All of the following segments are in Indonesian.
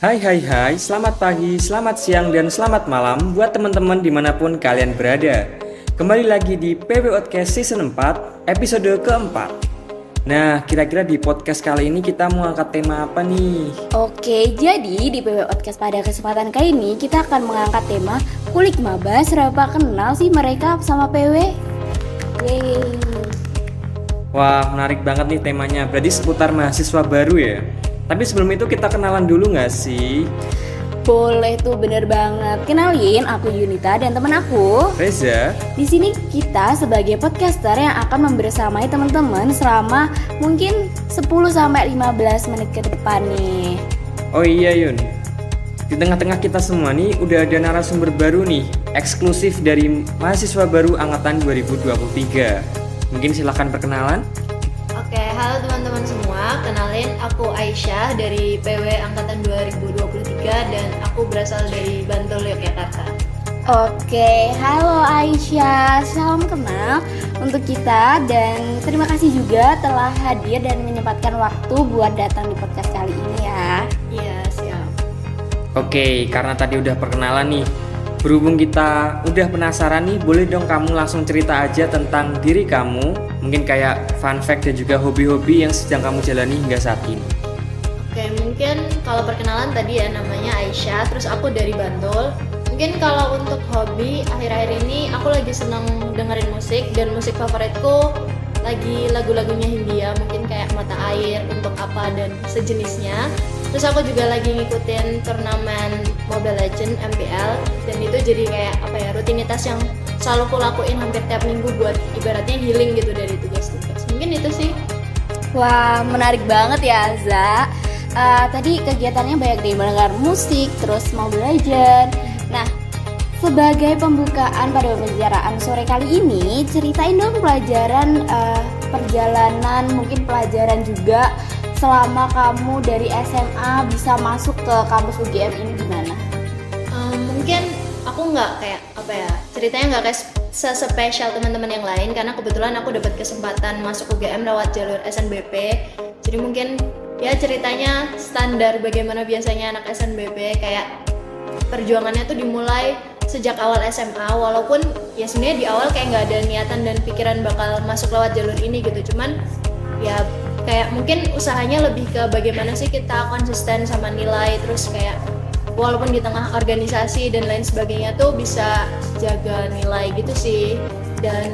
Hai, selamat pagi, selamat siang, dan selamat malam buat teman-teman dimanapun kalian berada. Kembali lagi di PW Podcast Season 4, episode keempat. Nah, kira-kira di podcast kali ini kita mau angkat tema apa nih? Oke, jadi di PW Podcast pada kesempatan kali ini kita akan mengangkat tema kulik maba. Seberapa kenal sih mereka sama PW? Yeay. Wah, menarik banget nih temanya, berarti seputar mahasiswa baru ya? Tapi sebelum itu kita kenalan dulu gak sih? Boleh tuh, bener banget. Kenalin, aku Yunita dan teman aku Reza. Di sini kita sebagai podcaster yang akan membersamai teman-teman selama mungkin 10-15 menit ke depan nih. Oh iya Yun, di tengah-tengah kita semua nih udah ada narasumber baru nih, eksklusif dari mahasiswa baru angkatan 2023. Mungkin silahkan perkenalan. Oke, halo teman-teman semua, kenalin aku Aisyah dari PW Angkatan 2023 dan aku berasal dari Bantul, Yogyakarta. Oke, halo Aisyah, salam kenal untuk kita dan terima kasih juga telah hadir dan menyempatkan waktu buat datang di podcast kali ini ya. Iya, siap. Oke, karena tadi udah perkenalan nih, berhubung kita udah penasaran nih, boleh dong kamu langsung cerita aja tentang diri kamu. Mungkin kayak fun fact dan juga hobi-hobi yang sedang kamu jalani hingga saat ini. Oke, mungkin kalau perkenalan tadi ya namanya Aisyah, terus aku dari Bantul. Mungkin kalau untuk hobi, akhir-akhir ini aku lagi seneng dengerin musik dan musik favoritku lagi lagu-lagunya Hindia, mungkin kayak Mata Air, Untuk Apa, dan sejenisnya. Terus aku juga lagi ngikutin turnamen Mobile Legends MPL dan itu jadi kayak rutinitas yang selalu aku lakuin hampir tiap minggu buat ibaratnya healing gitu dari tugas-tugas. Mungkin itu sih. Wah, menarik banget ya Za. Tadi kegiatannya banyak nih, mendengar musik, terus Mobile Legends. Nah, sebagai pembukaan pada pembicaraan sore kali ini, ceritain dong pelajaran perjalanan, mungkin pelajaran juga selama kamu dari SMA bisa masuk ke kampus UGM ini gimana? Mungkin aku nggak kayak ceritanya nggak kayak sespesial teman-teman yang lain karena kebetulan aku dapat kesempatan masuk UGM lewat jalur SNBP. Jadi mungkin ya ceritanya standar bagaimana biasanya anak SNBP, kayak perjuangannya tuh dimulai sejak awal SMA, walaupun ya sebenarnya di awal kayak nggak ada niatan dan pikiran bakal masuk lewat jalur ini gitu, cuman ya kayak mungkin usahanya lebih ke bagaimana sih kita konsisten sama nilai, terus kayak walaupun di tengah organisasi dan lain sebagainya tuh bisa jaga nilai gitu sih, dan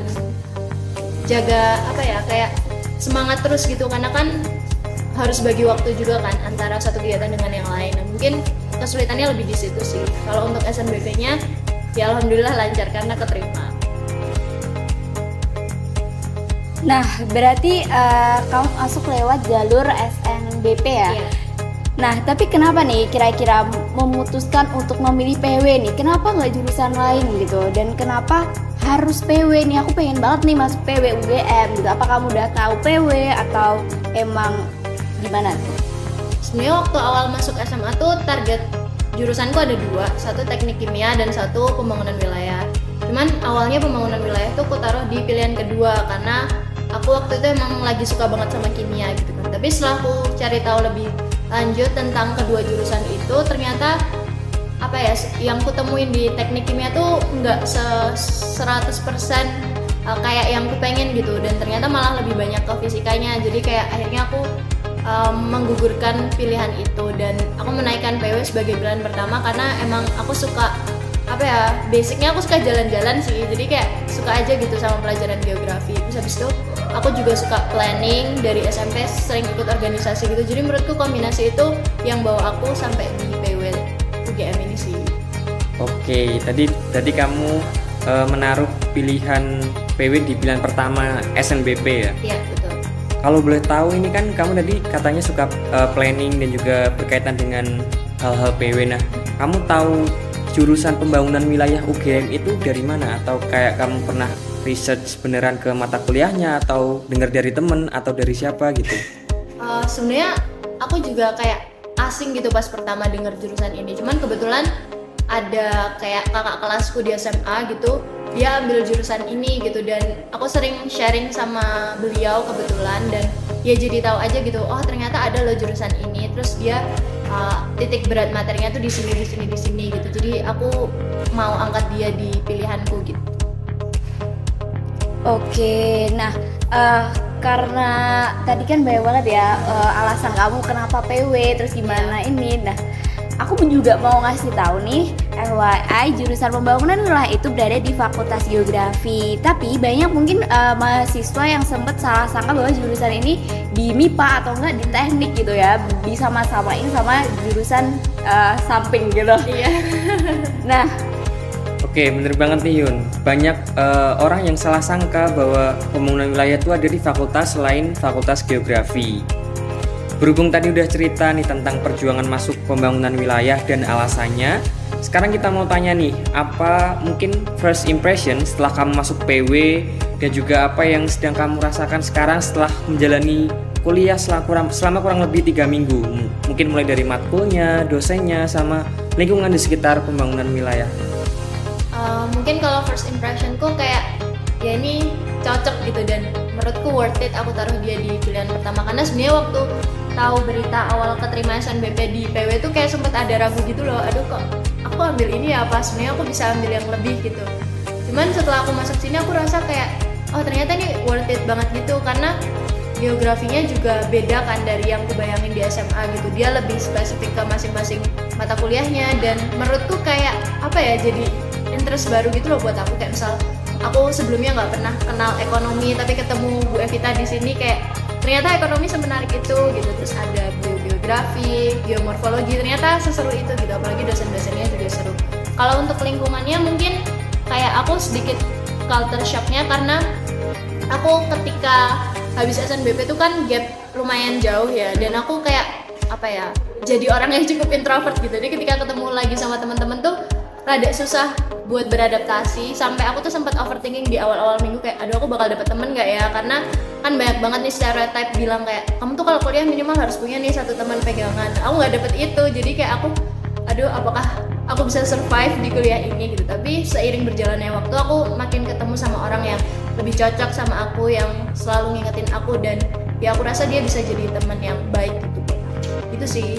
jaga kayak semangat terus gitu, karena kan harus bagi waktu juga kan antara satu kegiatan dengan yang lain. Nah, mungkin kesulitannya lebih di situ sih. Kalau untuk SNBP-nya ya alhamdulillah lancar karena keterima. Nah, berarti kamu masuk lewat jalur SNBP ya? Iya. Nah, tapi kenapa nih kira-kira memutuskan untuk memilih PW nih? Kenapa nggak jurusan lain gitu? Dan kenapa harus PW nih? Aku pengen banget nih masuk PW UGM gitu. Apa kamu udah tahu PW atau emang gimana tuh? Sebenarnya waktu awal masuk SMA tuh target jurusanku ada dua, satu teknik kimia dan satu pembangunan wilayah. Cuman awalnya pembangunan wilayah tuh aku taruh di pilihan kedua karena aku waktu itu emang lagi suka banget sama kimia gitu kan. Tapi setelah aku cari tahu lebih lanjut tentang kedua jurusan itu, ternyata yang kutemuin di teknik kimia tuh nggak 100% kayak yang ku pengen gitu, dan ternyata malah lebih banyak ke fisikanya. Jadi kayak akhirnya aku menggugurkan pilihan itu dan aku menaikkan PW sebagai pilihan pertama karena emang aku suka basicnya aku suka jalan-jalan sih, jadi kayak suka aja gitu sama pelajaran geografi. Terus habis itu aku juga suka planning, dari SMP sering ikut organisasi gitu, jadi menurutku kombinasi itu yang bawa aku sampai di PW UGM ini sih. Oke, tadi kamu menaruh pilihan PW di pilihan pertama SNBP ya? Iya, betul. Kalau boleh tahu, ini kan kamu tadi katanya suka planning dan juga berkaitan dengan hal-hal PW. Nah, kamu tahu jurusan pembangunan wilayah UGM itu dari mana? Atau kayak kamu pernah research beneran ke mata kuliahnya, atau dengar dari temen, atau dari siapa gitu? Sebenarnya aku juga kayak asing gitu pas pertama dengar jurusan ini. Cuman kebetulan ada kayak kakak kelasku di SMA gitu, dia ambil jurusan ini gitu, dan aku sering sharing sama beliau kebetulan, dan ya jadi tahu aja gitu, oh ternyata ada loh jurusan ini. Terus dia titik berat materinya tuh di sini gitu. Jadi aku mau angkat dia di pilihanku gitu. Oke, nah karena tadi kan banyak banget ya alasan kamu kenapa PW, terus gimana ini. Nah, aku juga mau ngasih tahu nih, FYI jurusan pembangunan wilayah itu berada di Fakultas Geografi. Tapi banyak mungkin mahasiswa yang sempat salah sangka bahwa jurusan ini di MIPA atau enggak di teknik gitu ya, disama-samain sama jurusan samping gitu. Iya. Nah, Oke, bener banget nih Yun. Banyak orang yang salah sangka bahwa pembangunan wilayah itu ada di fakultas selain Fakultas Geografi. Berhubung tadi udah cerita nih tentang perjuangan masuk pembangunan wilayah dan alasannya, sekarang kita mau tanya nih, apa mungkin first impression setelah kamu masuk PW dan juga apa yang sedang kamu rasakan sekarang setelah menjalani kuliah selama kurang lebih 3 minggu. Mungkin mulai dari matkulnya, dosennya, sama lingkungan di sekitar pembangunan wilayah. Mungkin kalau first impressionku kayak ya ini cocok gitu dan menurutku worth it aku taruh dia di pilihan pertama, karena sebenarnya waktu tahu berita awal keterima SNBP di PW tuh kayak sempet ada ragu gitu loh, aduh kok aku ambil ini ya, apa sebenarnya aku bisa ambil yang lebih gitu. Cuman setelah aku masuk sini aku rasa kayak oh ternyata ini worth it banget gitu, karena geografinya juga beda kan dari yang aku bayangin di SMA gitu, dia lebih spesifik ke masing-masing mata kuliahnya dan menurutku kayak apa ya, jadi interest baru gitu loh buat aku. Kayak misal aku sebelumnya nggak pernah kenal ekonomi tapi ketemu Bu Evita di sini kayak ternyata ekonomi semenarik itu gitu, terus ada geografi, geomorfologi, ternyata seseru itu gitu, apalagi dosen-dosennya juga seru. Kalau untuk lingkungannya mungkin kayak aku sedikit culture shocknya karena aku ketika habis SNBP itu kan gap lumayan jauh ya, dan aku kayak apa ya, jadi orang yang cukup introvert gitu, jadi ketika ketemu lagi sama teman-teman tuh rada susah buat beradaptasi, sampai aku tuh sempat overthinking di awal-awal minggu kayak aduh aku bakal dapet temen nggak ya, karena kan banyak banget nih stereotype bilang kayak kamu tuh kalau kuliah minimal harus punya nih 1 teman pegangan. Aku nggak dapet itu, jadi kayak aku aduh apakah aku bisa survive di kuliah ini gitu. Tapi seiring berjalannya waktu aku makin ketemu sama orang yang lebih cocok sama aku, yang selalu ngingetin aku, dan ya aku rasa dia bisa jadi teman yang baik gitu. Itu sih.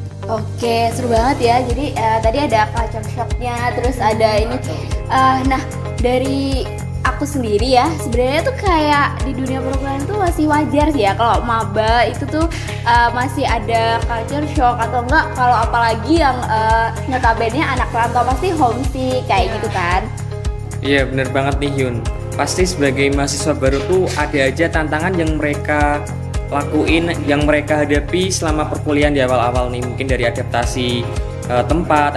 oke, seru banget ya. Jadi tadi ada culture shocknya, terus ada ini. Nah, dari aku sendiri ya, sebenarnya tuh kayak di dunia perkuliahan tuh masih wajar sih ya kalau maba itu tuh masih ada culture shock atau enggak, kalau apalagi yang notabene anak rantau pasti homesick kayak gitu kan. Iya bener banget nih Yun. Pasti sebagai mahasiswa baru tuh ada aja tantangan yang mereka lakuin, yang mereka hadapi selama perkuliahan di awal-awal nih. Mungkin dari adaptasi tempat,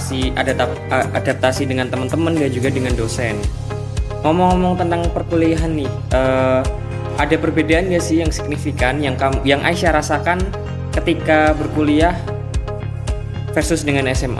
adaptasi dengan teman-teman dan juga dengan dosen. Ngomong-ngomong tentang perkuliahan nih, ada perbedaan nggak sih yang signifikan yang Aisyah rasakan ketika berkuliah versus dengan SMA?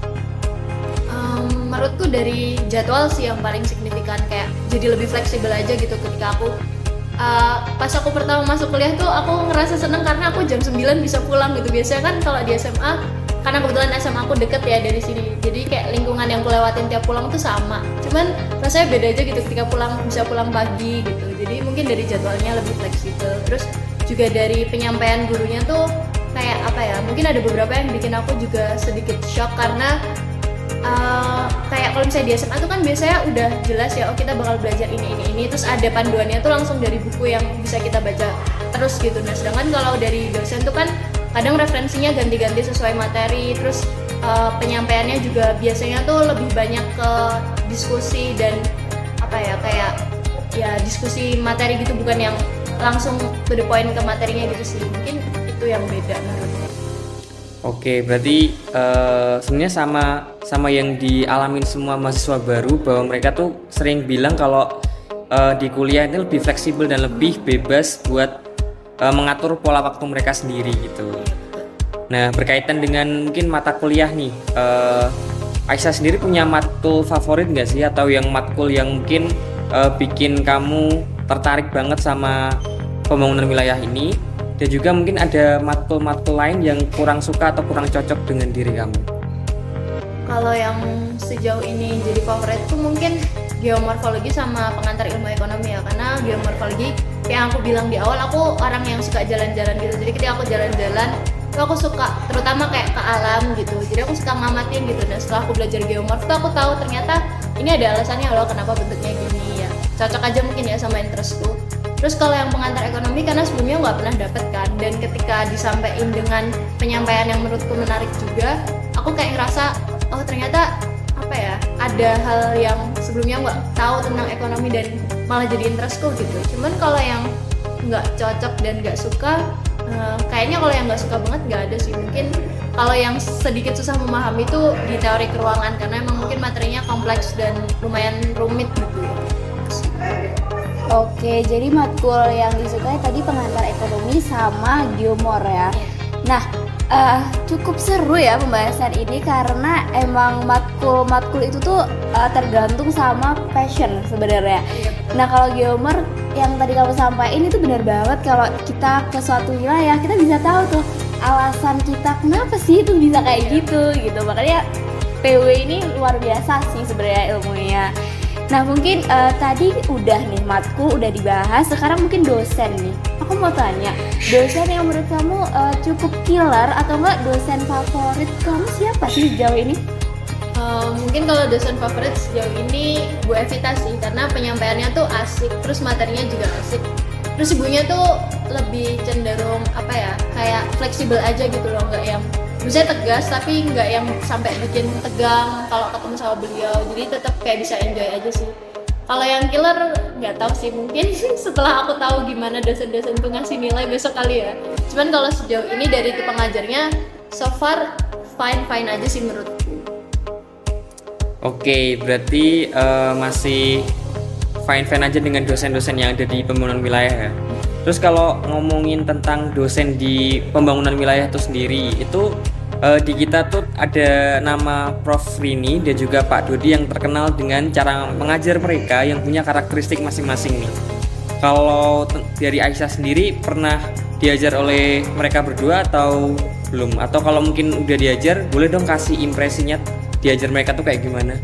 Menurutku dari jadwal sih yang paling signifikan, kayak jadi lebih fleksibel aja gitu ketika aku pas aku pertama masuk kuliah tuh aku ngerasa seneng karena aku jam 9 bisa pulang gitu. Biasanya kan kalau di SMA, karena kebetulan SMA aku deket ya dari sini, jadi kayak lingkungan yang aku lewatin tiap pulang tuh sama, cuman rasanya beda aja gitu ketika pulang, bisa pulang pagi gitu. Jadi mungkin dari jadwalnya lebih fleksibel, terus juga dari penyampaian gurunya tuh kayak apa ya, mungkin ada beberapa yang bikin aku juga sedikit shock karena kayak kalau misalnya di SMA tuh kan biasanya udah jelas ya, oh kita bakal belajar ini, terus ada panduannya tuh langsung dari buku yang bisa kita baca terus gitu. Nah sedangkan kalau dari dosen tuh kan kadang referensinya ganti-ganti sesuai materi, terus penyampaiannya juga biasanya tuh lebih banyak ke diskusi dan apa ya, kayak ya diskusi materi gitu, bukan yang langsung to the point ke materinya gitu sih. Mungkin itu yang beda menurutku. Oke, berarti sebenarnya sama yang dialamin semua mahasiswa baru, bahwa mereka tuh sering bilang kalau di kuliah ini lebih fleksibel dan lebih bebas buat mengatur pola waktu mereka sendiri gitu. Nah, berkaitan dengan mungkin mata kuliah nih, Aisyah sendiri punya matkul favorit nggak sih, atau yang matkul yang mungkin bikin kamu tertarik banget sama pembangunan wilayah ini? Dan juga mungkin ada matkul-matkul lain yang kurang suka atau kurang cocok dengan diri kamu. Kalau yang sejauh ini jadi favorit tuh mungkin geomorfologi sama pengantar ilmu ekonomi ya, karena geomorfologi yang aku bilang di awal, aku orang yang suka jalan-jalan gitu. Jadi ketika aku jalan-jalan Tapi aku suka terutama kayak ke alam gitu, jadi aku suka ngamatin gitu. Dan setelah aku belajar geomorf tuh aku tahu ternyata ini ada alasannya loh kenapa bentuknya gini ya, cocok aja mungkin ya sama interestku. Terus kalau yang pengantar ekonomi karena sebelumnya nggak pernah dapet kan, dan ketika disampaikan dengan penyampaian yang menurutku menarik juga, aku kayak ngerasa oh ternyata apa ya, ada hal yang sebelumnya nggak tahu tentang ekonomi dan malah jadi interestku gitu. Cuman kalau yang nggak cocok dan nggak suka, kayaknya kalau yang nggak suka banget nggak ada sih. Mungkin kalau yang sedikit susah memahami itu di teori keuangan karena emang mungkin materinya kompleks dan lumayan rumit gitu. Oke, jadi matkul yang disukai tadi pengantar ekonomi sama geomor ya. Nah, cukup seru ya pembahasan ini karena emang matkul itu tuh tergantung sama passion sebenarnya. Nah, kalau geomor yang tadi kamu sampaikan itu benar banget, kalau kita ke suatu wilayah kita bisa tahu tuh alasan kita kenapa sih itu bisa kayak gitu. Makanya PW ini luar biasa sih sebenarnya ilmunya. Nah, mungkin tadi udah nih matkul udah dibahas, sekarang mungkin dosen nih. Aku mau tanya, dosen yang menurut kamu cukup killer atau enggak dosen favorit kamu siapa sih sejauh ini? Mungkin kalau dosen favorit sejauh ini Bu Evita sih, karena penyampaiannya tuh asik, terus materinya juga asik. Terus ibunya tuh lebih cenderung apa ya, kayak fleksibel aja gitu loh, nggak yang misalnya tegas tapi nggak yang sampai bikin tegang kalau ketemu sama beliau, jadi tetap kayak bisa enjoy aja sih. Kalau yang killer nggak tahu sih, mungkin setelah aku tahu gimana dosen-dosen tuh ngasih nilai besok kali ya. Cuman kalau sejauh ini dari tipe pengajarnya so far fine aja sih menurutku. Oke, berarti masih fine aja dengan dosen-dosen yang ada di pembangunan wilayah ya. Terus kalau ngomongin tentang dosen di pembangunan wilayah itu sendiri, itu di kita tuh ada nama Prof. Rini dan juga Pak Dodi yang terkenal dengan cara mengajar mereka yang punya karakteristik masing-masing nih. Kalau dari Aisyah sendiri pernah diajar oleh mereka berdua atau belum? Atau kalau mungkin udah diajar, boleh dong kasih impresinya diajar mereka tuh kayak gimana?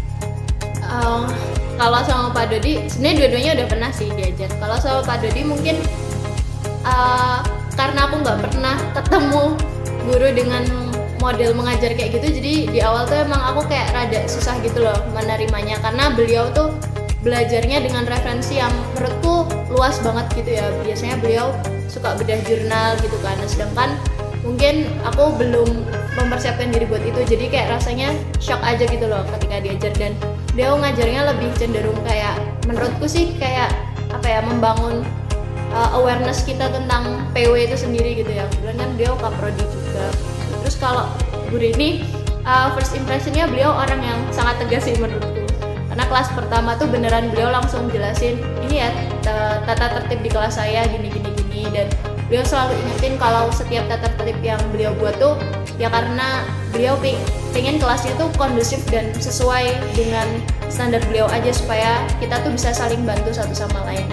Kalau sama Pak Dodi, sebenarnya dua-duanya udah pernah sih diajar. Kalau sama Pak Dodi mungkin karena aku nggak pernah ketemu guru dengan model mengajar kayak gitu, jadi di awal tuh emang aku kayak rada susah gitu loh menerimanya, karena beliau tuh belajarnya dengan referensi yang menurutku luas banget gitu ya. Biasanya beliau suka bedah jurnal gitu kan, sedangkan mungkin aku belum mempersiapkan diri buat itu, jadi kayak rasanya shock aja gitu loh ketika diajar. Dan beliau ngajarnya lebih cenderung kayak menurutku sih kayak apa ya, membangun awareness kita tentang PW itu sendiri gitu ya. Kemudian kan beliau kaprodi juga. Terus kalau Bu Rini, first impressionnya beliau orang yang sangat tegas sih menurutku, karena kelas pertama tuh beneran beliau langsung jelasin ini ya tata tertib di kelas saya gini, dan beliau selalu ingetin kalau setiap tata tertib yang beliau buat tuh ya karena beliau pengen kelasnya tuh kondusif dan sesuai dengan standar beliau aja, supaya kita tuh bisa saling bantu satu sama lain.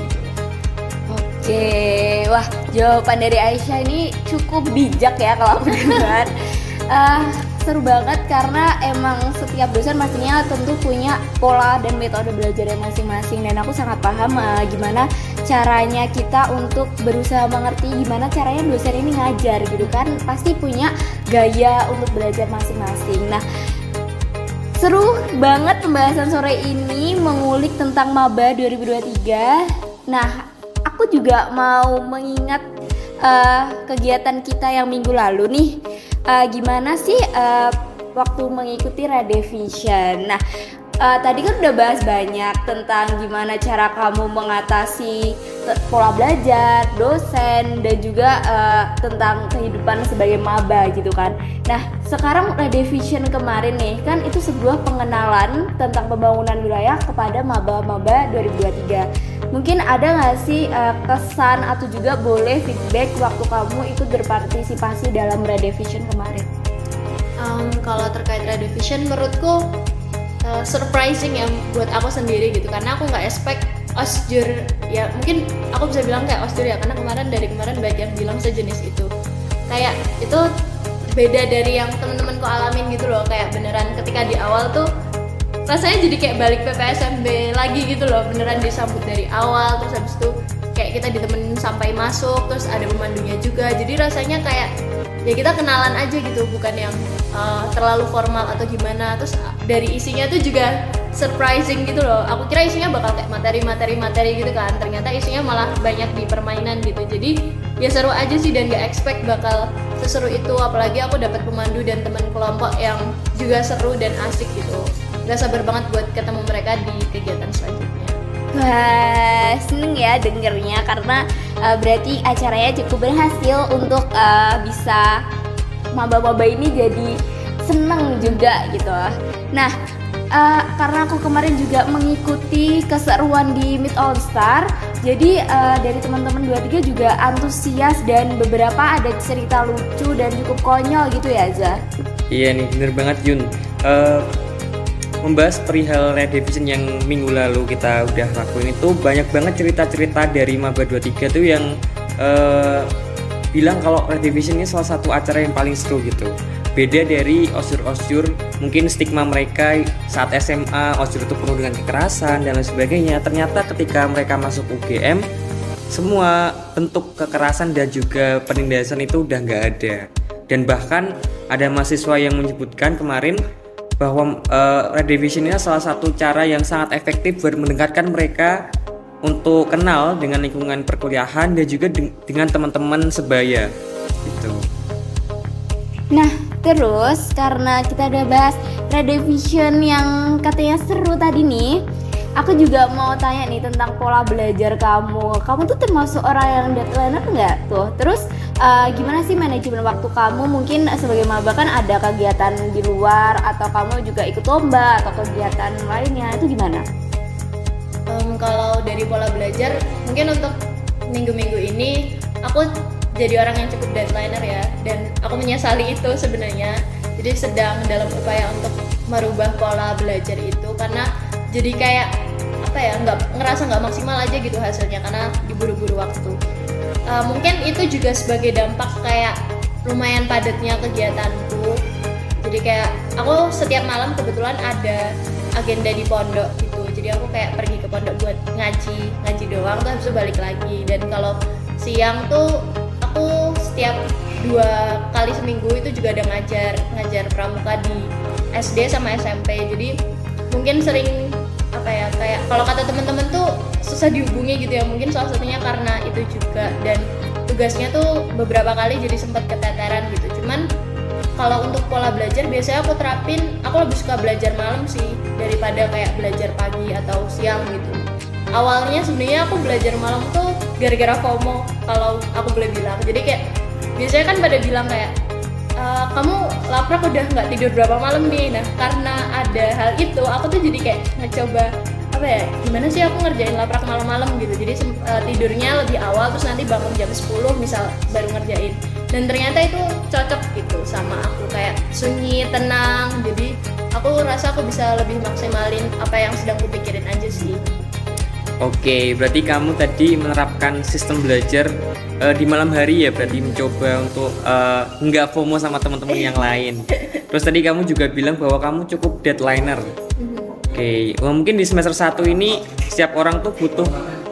Oke, wah jawaban dari Aisyah ini cukup bijak ya kalau aku dengar. Seru banget karena emang setiap dosen pastinya tentu punya pola dan metode belajar yang masing-masing, dan aku sangat paham gimana caranya kita untuk berusaha mengerti gimana caranya dosen ini ngajar gitu kan, pasti punya gaya untuk belajar masing-masing. Nah, seru banget pembahasan sore ini mengulik tentang Maba 2023. Nah, aku juga mau mengingat kegiatan kita yang minggu lalu nih. Gimana sih waktu mengikuti Radevision? Nah, tadi kan udah bahas banyak tentang gimana cara kamu mengatasi pola belajar, dosen, dan juga tentang kehidupan sebagai maba gitu kan. Nah, sekarang Radevision kemarin nih kan itu sebuah pengenalan tentang pembangunan wilayah kepada maba-maba 2023. Mungkin ada nggak sih kesan atau juga boleh feedback waktu kamu ikut berpartisipasi dalam Radevision kemarin? Kalau terkait Radevision menurutku surprising ya buat aku sendiri gitu, karena aku nggak expect osjur ya, mungkin aku bisa bilang kayak osjur ya, karena dari kemarin banyak yang bilang sejenis itu. Kayak itu beda dari yang teman-temanku alamin gitu loh, kayak beneran ketika di awal tuh rasanya jadi kayak balik PPSMB lagi gitu loh, beneran disambut dari awal, terus habis itu kayak kita ditemenin sampai masuk, terus ada pemandunya juga, jadi rasanya kayak ya kita kenalan aja gitu, bukan yang terlalu formal atau gimana. Terus dari isinya tuh juga surprising gitu loh. Aku kira isinya bakal kayak materi gitu kan, ternyata isinya malah banyak di permainan gitu. Jadi ya seru aja sih, dan gak expect bakal seseru itu. Apalagi aku dapat pemandu dan teman kelompok yang juga seru dan asik gitu. Gak sabar banget buat ketemu mereka di kegiatan selanjutnya. Wah, seneng ya dengernya, karena berarti acaranya cukup berhasil untuk bisa maba-maba ini jadi seneng juga gitu. Nah, karena aku kemarin juga mengikuti keseruan di Meet All Star, jadi dari teman-teman 23 juga antusias dan beberapa ada cerita lucu dan cukup konyol gitu ya, Za? Iya nih, bener banget Yun. Membahas perihal Redivision yang minggu lalu kita udah lakuin itu, banyak banget cerita-cerita dari Maba 23 tuh yang bilang kalau Redivision ini salah satu acara yang paling seru gitu. Beda dari osjur-osjur, mungkin stigma mereka saat SMA osjur itu penuh dengan kekerasan dan lain sebagainya. Ternyata ketika mereka masuk UGM, semua bentuk kekerasan dan juga penindasan itu udah nggak ada. Dan bahkan ada mahasiswa yang menyebutkan kemarin bahwa Redivision ini salah satu cara yang sangat efektif buat mendekatkan mereka untuk kenal dengan lingkungan perkuliahan dan juga dengan teman-teman sebaya gitu. Nah, terus karena kita udah bahas Redivision yang katanya seru tadi nih, aku juga mau tanya nih tentang pola belajar kamu. Kamu tuh termasuk orang yang deadlineer nggak tuh? Terus gimana sih manajemen waktu kamu? Mungkin sebagai maba kan ada kegiatan di luar, atau kamu juga ikut lomba atau kegiatan lainnya, itu gimana? Kalau dari pola belajar, mungkin untuk minggu-minggu ini aku jadi orang yang cukup deadlineer ya, dan aku menyesali itu sebenarnya. Jadi sedang dalam upaya untuk merubah pola belajar itu, karena jadi kayak apa ya, ngerasa nggak maksimal aja gitu hasilnya karena diburu-buru waktu. Mungkin itu juga sebagai dampak kayak lumayan padatnya kegiatanku. Jadi kayak aku setiap malam kebetulan ada agenda di pondok gitu. Jadi aku kayak pergi ke pondok buat ngaji doang, terus habis itu balik lagi. Dan kalau siang tuh aku setiap 2 kali seminggu itu juga ada ngajar pramuka di SD sama SMP. Jadi mungkin sering apa ya, kayak kalau kata teman-teman tuh susah dihubungi gitu ya, mungkin salah satunya karena itu juga. Dan tugasnya tuh beberapa kali jadi sempat keteteran gitu. Cuman kalau untuk pola belajar biasanya aku terapin, aku lebih suka belajar malam sih daripada kayak belajar pagi atau siang gitu. Awalnya sebenarnya aku belajar malam tuh gara-gara FOMO kalau aku boleh bilang. Jadi kayak biasanya kan pada bilang kayak kamu laprak udah nggak tidur berapa malam nih. Nah karena ada hal itu, aku tuh jadi kayak ngecoba apa ya, gimana sih aku ngerjain laprak malam-malam gitu. Jadi tidurnya lebih awal, terus nanti bangun jam 10 misal baru ngerjain. Dan ternyata itu cocok gitu sama aku, kayak sunyi, tenang. Jadi aku rasa aku bisa lebih maksimalin apa yang sedang kupikirin aja sih. Oke, berarti kamu tadi menerapkan sistem belajar di malam hari ya, berarti mencoba untuk nggak FOMO sama teman-teman yang lain. Terus tadi kamu juga bilang bahwa kamu cukup deadlineer. Oke, mungkin di semester 1 ini setiap orang tuh butuh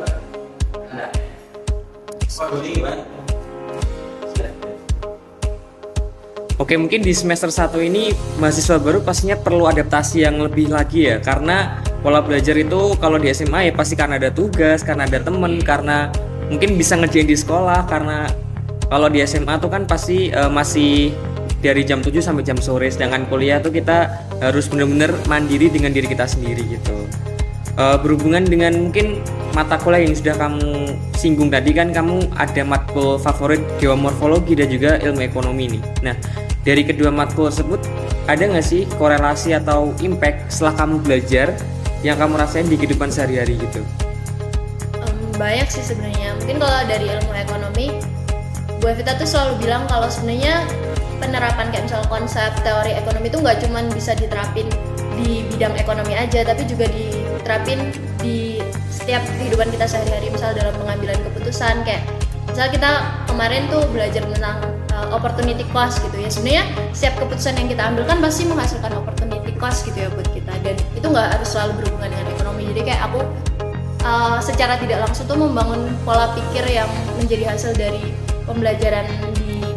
Oke, mungkin di semester 1 ini mahasiswa baru pastinya perlu adaptasi yang lebih lagi ya, karena pola belajar itu kalau di SMA ya pasti karena ada tugas, karena ada temen, karena mungkin bisa ngerjain di sekolah. Karena kalau di SMA tuh kan pasti masih dari jam 7 sampai jam sore, sedangkan kuliah tuh kita harus benar-benar mandiri dengan diri kita sendiri gitu. Berhubungan dengan mungkin mata kuliah yang sudah kamu singgung tadi, kan kamu ada matkul favorit geomorfologi dan juga ilmu ekonomi nih. Nah, dari kedua matkul tersebut ada nggak sih korelasi atau impact setelah kamu belajar yang kamu rasain di kehidupan sehari-hari gitu? Banyak sih sebenarnya. Mungkin kalau dari ilmu ekonomi, Bu Evita tuh selalu bilang kalau sebenarnya penerapan kayak misal konsep teori ekonomi itu nggak cuma bisa diterapin di bidang ekonomi aja, tapi juga diterapin di setiap kehidupan kita sehari-hari. Misal dalam pengambilan keputusan, kayak misal kita kemarin tuh belajar tentang opportunity cost gitu ya. Sebenarnya setiap keputusan yang kita ambil kan pasti menghasilkan opportunity cost gitu ya buat kita, dan itu nggak harus selalu berhubungan dengan ekonomi. Jadi kayak aku secara tidak langsung tuh membangun pola pikir yang menjadi hasil dari pembelajaran di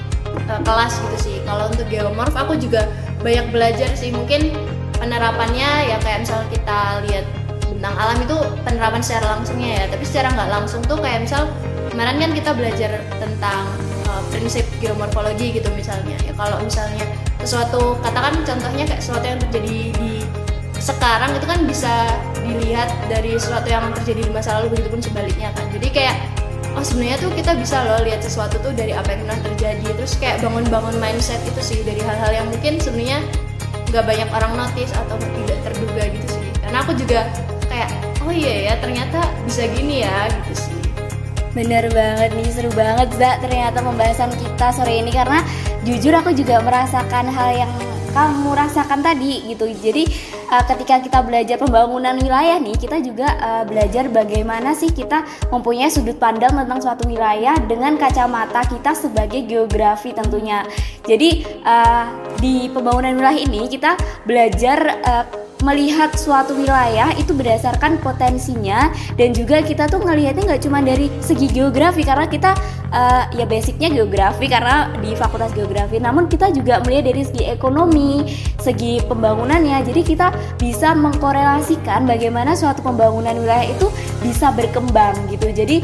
kelas gitu sih. Kalau untuk geomorf aku juga banyak belajar sih, mungkin penerapannya ya kayak misal kita lihat bentang alam itu penerapan secara langsungnya ya, tapi secara nggak langsung tuh kayak misal kemarin kan kita belajar tentang prinsip geomorfologi gitu misalnya ya. Kalau misalnya sesuatu, katakan contohnya kayak sesuatu yang terjadi di sekarang itu kan bisa dilihat dari sesuatu yang terjadi di masa lalu, begitupun sebaliknya kan. Jadi kayak oh sebenarnya tuh kita bisa loh lihat sesuatu tuh dari apa yang pernah terjadi, terus kayak bangun-bangun mindset itu sih dari hal-hal yang mungkin sebenarnya nggak banyak orang notice atau tidak terduga gitu sih. Karena aku juga kayak oh iya ya ternyata bisa gini ya gitu sih. Bener banget nih, seru banget Za ternyata pembahasan kita sore ini, karena jujur aku juga merasakan hal yang kamu rasakan tadi gitu. Jadi ketika kita belajar pembangunan wilayah nih, kita juga belajar bagaimana sih kita mempunyai sudut pandang tentang suatu wilayah dengan kacamata kita sebagai geografi tentunya. Jadi di pembangunan wilayah ini kita belajar melihat suatu wilayah itu berdasarkan potensinya, dan juga kita tuh ngelihatnya nggak cuma dari segi geografi karena kita ya basicnya geografi karena di fakultas geografi, namun kita juga melihat dari segi ekonomi, segi pembangunannya. Jadi kita bisa mengkorelasikan bagaimana suatu pembangunan wilayah itu bisa berkembang gitu. Jadi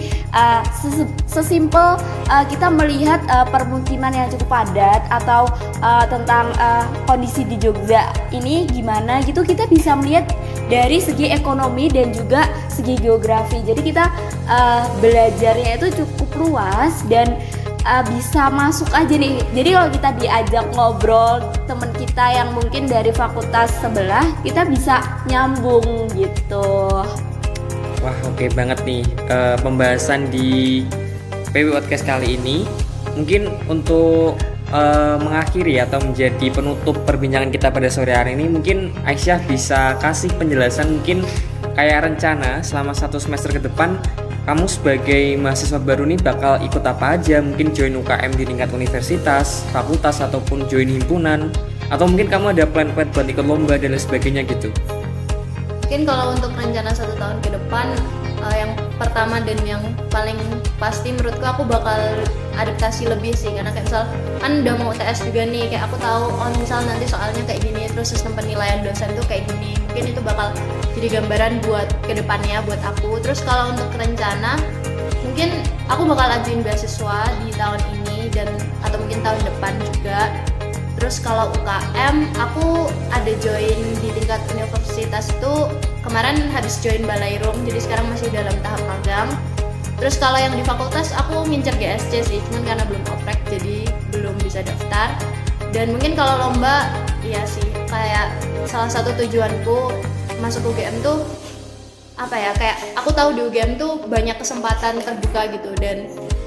sesimpel kita melihat permukiman yang cukup padat atau tentang kondisi di Jogja ini gimana gitu, kita bisa melihat dari segi ekonomi dan juga segi geografi. Jadi kita belajarnya itu cukup luas dan bisa masuk aja nih. Jadi kalau kita diajak ngobrol temen kita yang mungkin dari fakultas sebelah, kita bisa nyambung gitu. Wah oke banget nih pembahasan di PW Podcast kali ini. Mungkin untuk mengakhiri atau menjadi penutup perbincangan kita pada sore hari ini, mungkin Aisyah bisa kasih penjelasan mungkin kayak rencana selama 1 semester ke depan kamu sebagai mahasiswa baru nih bakal ikut apa aja, mungkin join UKM di tingkat universitas, fakultas, ataupun join himpunan, atau mungkin kamu ada plan-plan buat ikut lomba dan lain sebagainya gitu. Mungkin kalau untuk rencana 1 tahun ke depan, yang pertama dan yang paling pasti menurutku aku bakal adaptasi lebih sih, karena kayak misal kan udah mau UTS juga nih, kayak aku tahu oh misal nanti soalnya kayak gini, terus sistem penilaian dosen tuh kayak gini, mungkin itu bakal jadi gambaran buat kedepannya buat aku. Terus kalau untuk rencana mungkin aku bakal ajuin beasiswa di tahun ini dan atau mungkin tahun depan juga. Terus kalau UKM aku ada join di tingkat universitas itu kemarin habis join Balairum, jadi sekarang masih dalam tahap magang. Terus kalau yang di fakultas aku ngincer GSC sih, cuman karena belum oprek jadi belum bisa daftar. Dan mungkin kalau lomba iya sih, kayak salah satu tujuanku masuk UGM tuh apa ya, kayak aku tahu di UGM tuh banyak kesempatan terbuka gitu, dan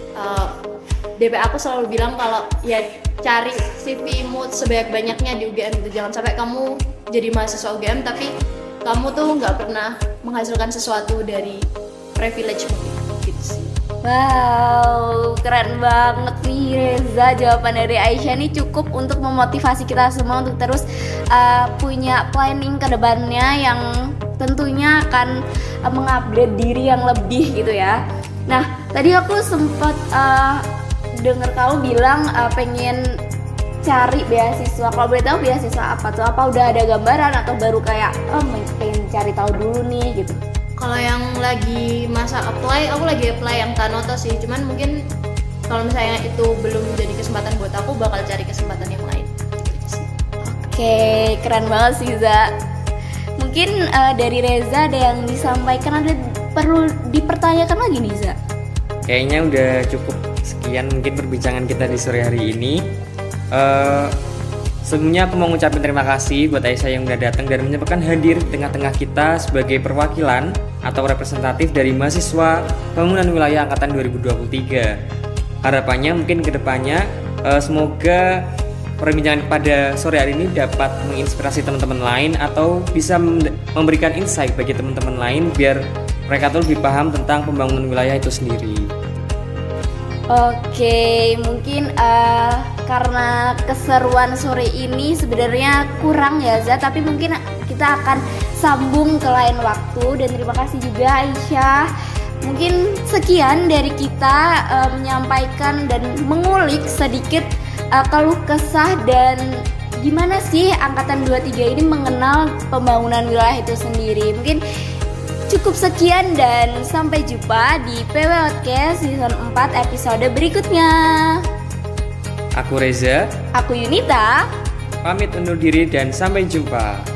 DP aku selalu bilang kalau ya cari CV-mu sebanyak-banyaknya di UGM gitu. Jangan sampai kamu jadi mahasiswa UGM tapi kamu tuh nggak pernah menghasilkan sesuatu dari privilege-mu gitu sih. Wow, keren banget nih Reza. Jawaban dari Aisyah nih cukup untuk memotivasi kita semua untuk terus punya planning ke depannya yang tentunya akan mengupgrade diri yang lebih gitu ya. Nah, tadi aku sempat dengar kamu bilang pengen cari beasiswa. Kalau boleh tahu beasiswa apa tuh? Apa udah ada gambaran atau baru kayak pengen cari tahu dulu nih gitu? Kalau yang lagi masa apply, aku lagi apply yang Tanoto sih. Cuman mungkin kalau misalnya itu belum jadi kesempatan buat aku, bakal cari kesempatan yang lain. Oke, keren banget sih Za. Mungkin dari Reza ada yang disampaikan, ada perlu dipertanyakan lagi nih Za? Kayaknya udah cukup sekian mungkin perbincangan kita di sore hari ini. Sebelumnya aku mau ngucapin terima kasih buat Aisyah yang udah datang dan menyempatkan hadir di tengah-tengah kita sebagai perwakilan atau representatif dari mahasiswa Pembangunan Wilayah Angkatan 2023. Harapannya mungkin kedepannya semoga perbincangan pada sore hari ini dapat menginspirasi teman-teman lain atau bisa memberikan insight bagi teman-teman lain biar mereka tuh lebih paham tentang pembangunan wilayah itu sendiri. Oke, mungkin karena keseruan sore ini sebenarnya kurang ya Za, tapi mungkin kita akan sambung ke lain waktu. Dan terima kasih juga Aisyah. Mungkin sekian dari kita menyampaikan dan mengulik sedikit keluh kesah dan gimana sih Angkatan 23 ini mengenal pembangunan wilayah itu sendiri. Mungkin cukup sekian dan sampai jumpa di PW Podcast Season 4 episode berikutnya. Aku Reza. Aku Yunita. Pamit undur diri dan sampai jumpa.